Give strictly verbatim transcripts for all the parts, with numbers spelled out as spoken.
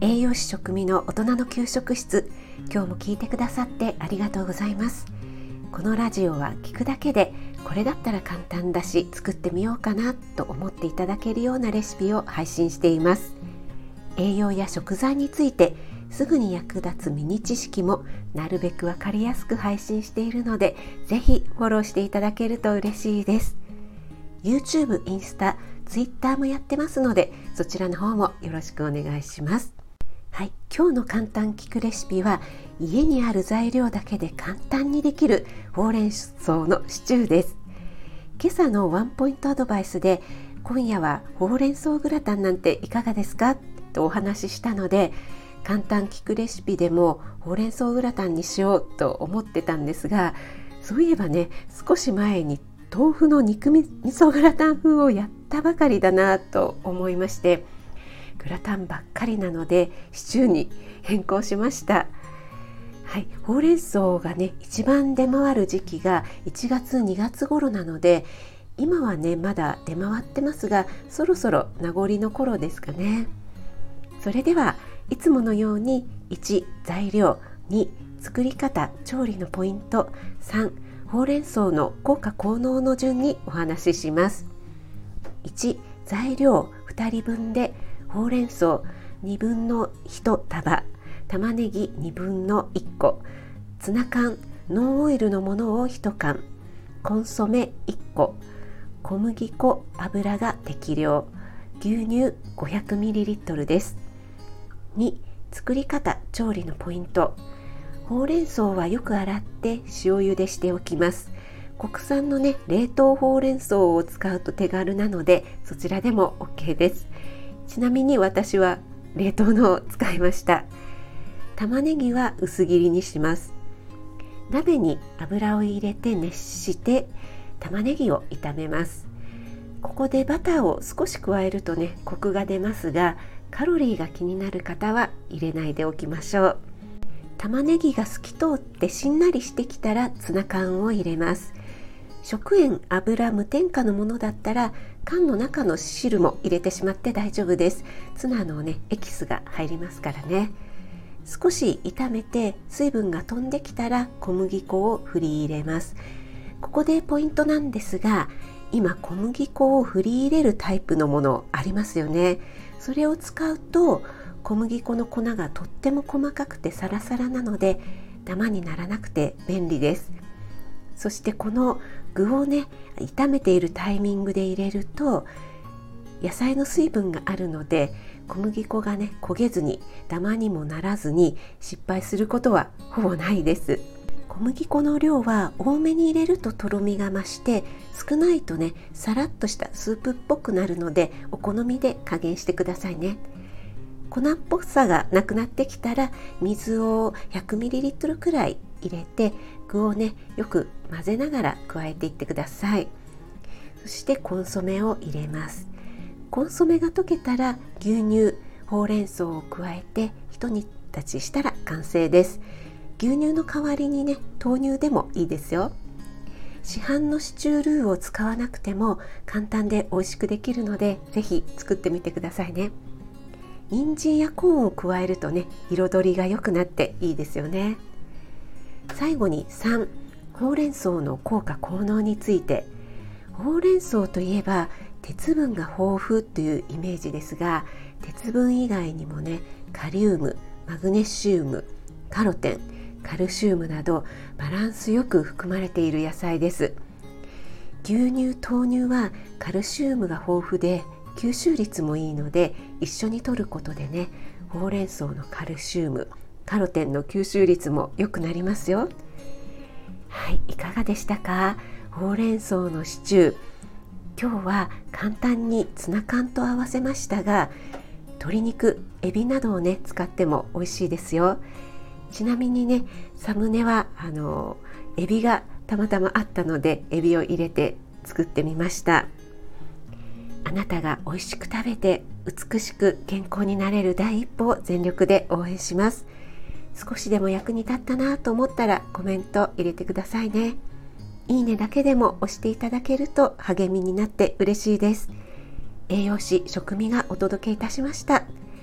栄養士食味の大人の給食室、今日も聞いてくださってありがとうございます。このラジオは聞くだけでこれだったら簡単だし作ってみようかなと思っていただけるようなレシピを配信しています。栄養や食材についてすぐに役立つミニ知識もなるべくわかりやすく配信しているので、ぜひフォローしていただけると嬉しいです。 YouTube、インスタ、Twitter もやってますので、そちらの方もよろしくお願いします。はい、今日の簡単聞くレシピは家にある材料だけで簡単にできるほうれん草のシチューです。今朝のワンポイントアドバイスで、今夜はほうれん草グラタンなんていかがですかとお話ししたので、簡単聞くレシピでもほうれん草グラタンにしようと思ってたんですが、そういえばね、少し前に豆腐の肉味噌グラタン風をやったばかりだなと思いまして、グラタンばっかりなのでシチューに変更しました。はい、ほうれん草がね一番出回る時期がいちがつにがつ頃なので、今はねまだ出回ってますが、そろそろ名残の頃ですかね。それではいつものようにいち、材料、に、作り方、調理のポイント、さん、ほうれん草の効果効能の順にお話しします。いち、材料ふたりぶんでほうれん草にぶんのいち束、玉ねぎにぶんのいっこ、ツナ缶ノンオイルのものをいち缶、コンソメいっこ、小麦粉、油が適量、牛乳 ごひゃくミリリットル です。に、作り方、調理のポイント。ほうれん草はよく洗って塩茹でしておきます。国産のね冷凍ほうれん草を使うと手軽なので、そちらでも OK です。ちなみに私は冷凍のを使いました。玉ねぎは薄切りにします。鍋に油を入れて熱して玉ねぎを炒めます。ここでバターを少し加えるとねコクが出ますが、カロリーが気になる方は入れないでおきましょう。玉ねぎが透き通ってしんなりしてきたらツナ缶を入れます。食塩、油、無添加のものだったら缶の中の汁も入れてしまって大丈夫です。ツナのねエキスが入りますからね。少し炒めて水分が飛んできたら小麦粉を振り入れます。ここでポイントなんですが、今小麦粉を振り入れるタイプのものありますよね。それを使うと小麦粉の粉がとっても細かくてサラサラなのでダマにならなくて便利です。そしてこの具をね炒めているタイミングで入れると野菜の水分があるので、小麦粉がね焦げずにダマにもならずに失敗することはほぼないです。小麦粉の量は多めに入れるととろみが増して、少ないとねさらっとしたスープっぽくなるので、お好みで加減してくださいね。粉っぽさがなくなってきたら水を ひゃくミリリットル くらい入れて、具をねよく混ぜながら加えていってください。そしてコンソメを入れます。コンソメが溶けたら牛乳、ほうれん草を加えて一煮立ちしたら完成です。牛乳の代わりにね豆乳でもいいですよ。市販のシチュールーを使わなくても簡単で美味しくできるので、ぜひ作ってみてくださいね。人参やコーンを加えるとね彩りが良くなっていいですよね。最後にさん、ほうれん草の効果効能について。ほうれん草といえば鉄分が豊富というイメージですが、鉄分以外にもねカリウム、マグネシウム、カロテン、カルシウムなどバランスよく含まれている野菜です。牛乳、豆乳はカルシウムが豊富で吸収率もいいので、一緒に摂ることでねほうれん草のカルシウム、カロテンの吸収率も良くなりますよ。はい、いかがでしたか？ほうれん草のシチュー、今日は簡単にツナ缶と合わせましたが、鶏肉、エビなどをね使っても美味しいですよ。ちなみにねサムネはあのエビがたまたまあったのでエビを入れて作ってみました。あなたが美味しく食べて美しく健康になれる第一歩を全力で応援します。少しでも役に立ったなと思ったらコメント入れてくださいね。いいねだけでも押していただけると励みになって嬉しいです。栄養士食味がお届けいたしました。そ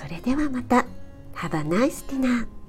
それではまた。Have a nice dinner!